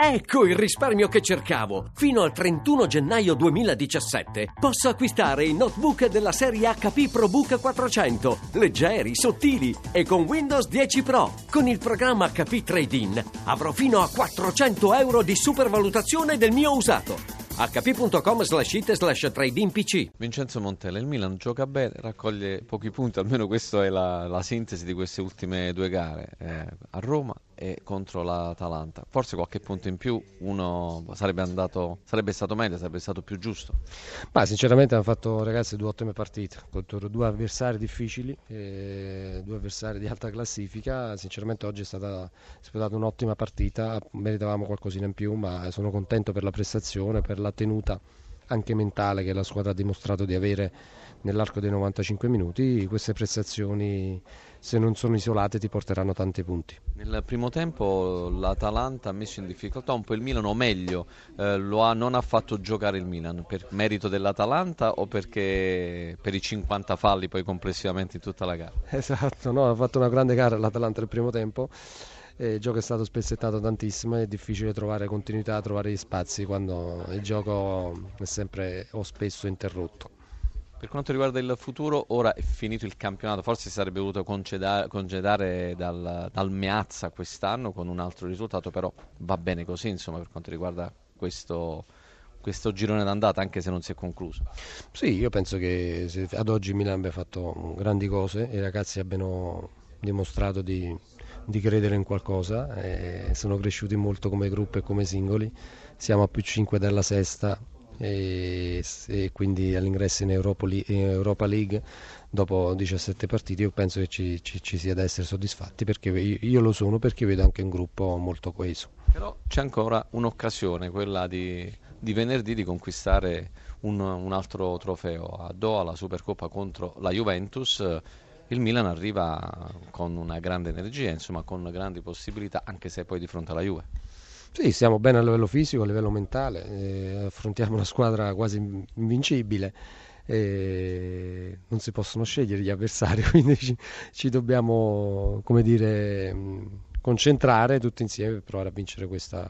Ecco il risparmio che cercavo! Fino al 31 gennaio 2017 posso acquistare i notebook della serie HP ProBook 400, leggeri, sottili e con Windows 10 Pro. Con il programma HP Trade-in avrò fino a 400 euro di supervalutazione del mio usato. hp.com/it/trade-in-pc. Vincenzo Montella, il Milan gioca bene, raccoglie pochi punti, almeno questa è la sintesi di queste ultime due gare, a Roma e contro l'Atalanta. Forse qualche punto in più uno sarebbe stato meglio, sarebbe stato più giusto. Ma sinceramente hanno fatto, ragazzi, due ottime partite contro due avversari difficili, due avversari di alta classifica. Sinceramente oggi è stata un'ottima partita, meritavamo qualcosina in più, ma sono contento per la prestazione, per la tenuta anche mentale che la squadra ha dimostrato di avere nell'arco dei 95 minuti. Queste prestazioni, se non sono isolate, ti porteranno tanti punti. Nel primo tempo l'Atalanta ha messo in difficoltà un po' il Milan, o meglio non ha fatto giocare il Milan per merito dell'Atalanta o perché per i 50 falli poi complessivamente in tutta la gara? Esatto, no, ha fatto una grande gara l'Atalanta nel primo tempo. Il gioco è stato spezzettato tantissimo, è difficile trovare continuità, trovare gli spazi quando il gioco è sempre o spesso interrotto. Per quanto riguarda il futuro, ora è finito il campionato, forse si sarebbe dovuto concedere dal Meazza quest'anno con un altro risultato, però va bene così, insomma, per quanto riguarda questo girone d'andata, anche se non si è concluso. Sì, io penso che ad oggi Milan abbia fatto grandi cose, i ragazzi abbiano dimostrato di credere in qualcosa, sono cresciuti molto come gruppo e come singoli, siamo a più 5 dalla sesta e quindi all'ingresso in Europa League dopo 17 partite. Io penso che ci sia da essere soddisfatti, perché io lo sono, perché vedo anche un gruppo molto coeso. Però c'è ancora un'occasione, quella di venerdì, di conquistare un altro trofeo a Doha, la Supercoppa contro la Juventus. Il Milan arriva con una grande energia, insomma, con grandi possibilità, anche se poi di fronte alla Juve. Sì, stiamo bene a livello fisico, a livello mentale, affrontiamo una squadra quasi invincibile, non si possono scegliere gli avversari, quindi ci dobbiamo, come dire, concentrare tutti insieme per provare a vincere questa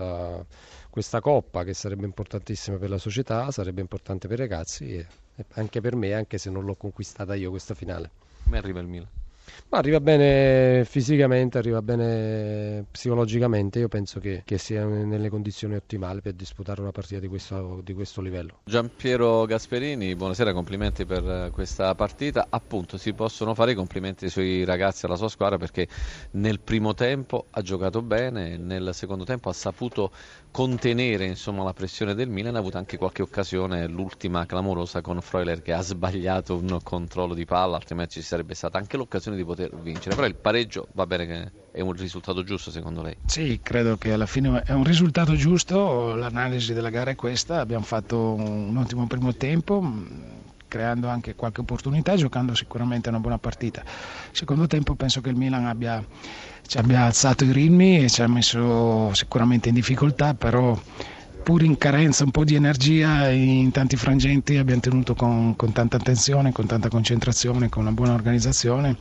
Coppa, che sarebbe importantissima per la società, sarebbe importante per i ragazzi e anche per me, anche se non l'ho conquistata io questa finale. Come arriva il Milan? Ma arriva bene fisicamente, arriva bene psicologicamente. Io penso che sia nelle condizioni ottimali per disputare una partita di questo livello. Giampiero Gasperini, buonasera, complimenti per questa partita. Appunto, si possono fare i complimenti ai suoi ragazzi, alla sua squadra, perché nel primo tempo ha giocato bene, nel secondo tempo ha saputo contenere, insomma, la pressione del Milan. Ha avuto anche qualche occasione, l'ultima clamorosa con Freuler che ha sbagliato un controllo di palla, altrimenti ci sarebbe stata anche l'occasione di poter vincere. Però il pareggio va bene, che è un risultato giusto secondo lei? Sì, credo che alla fine è un risultato giusto. L'analisi della gara è questa: abbiamo fatto un ottimo primo tempo, creando anche qualche opportunità, giocando sicuramente una buona partita. Secondo tempo penso che il Milan ci abbia alzato i ritmi e ci ha messo sicuramente in difficoltà, però pur in carenza un po' di energia in tanti frangenti abbiamo tenuto con tanta attenzione, con tanta concentrazione, con una buona organizzazione.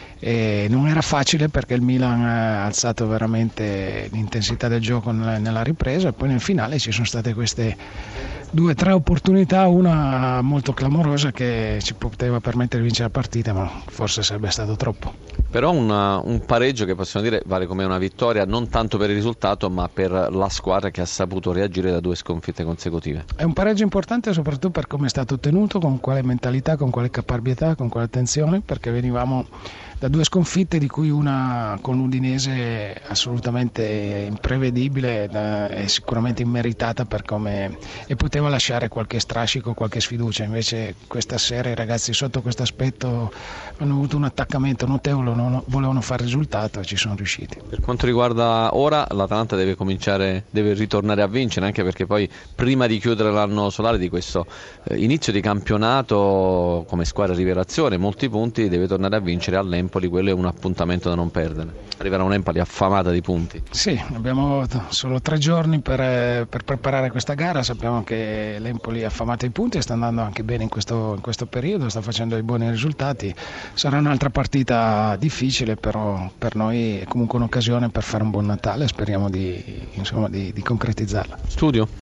E non era facile, perché il Milan ha alzato veramente l'intensità del gioco nella ripresa, e poi nel finale ci sono state queste 2-3 opportunità, una molto clamorosa che ci poteva permettere di vincere la partita, ma forse sarebbe stato troppo. Però un pareggio che possiamo dire vale come una vittoria, non tanto per il risultato ma per la squadra che ha saputo reagire da 2 sconfitte consecutive. È un pareggio importante soprattutto per come è stato ottenuto, con quale mentalità, con quale caparbietà, con quale attenzione, perché venivamo da 2 sconfitte, di cui una con l'Udinese assolutamente imprevedibile e sicuramente immeritata per come, e poteva lasciare qualche strascico, qualche sfiducia. Invece questa sera i ragazzi sotto questo aspetto hanno avuto un attaccamento notevole, volevano fare risultato e ci sono riusciti. Per quanto riguarda ora, l'Atalanta deve ritornare a vincere, anche perché poi prima di chiudere l'anno solare di questo inizio di campionato come squadra rivelazione, molti punti, deve tornare a vincere all'Empoli Empoli, quello è un appuntamento da non perdere. Arriverà un Empoli affamata di punti. Sì, abbiamo solo 3 giorni per preparare questa gara. Sappiamo che l'Empoli è affamata di punti e sta andando anche bene in questo periodo, sta facendo dei buoni risultati. Sarà un'altra partita difficile, però per noi è comunque un'occasione per fare un buon Natale, speriamo di concretizzarla. Studio.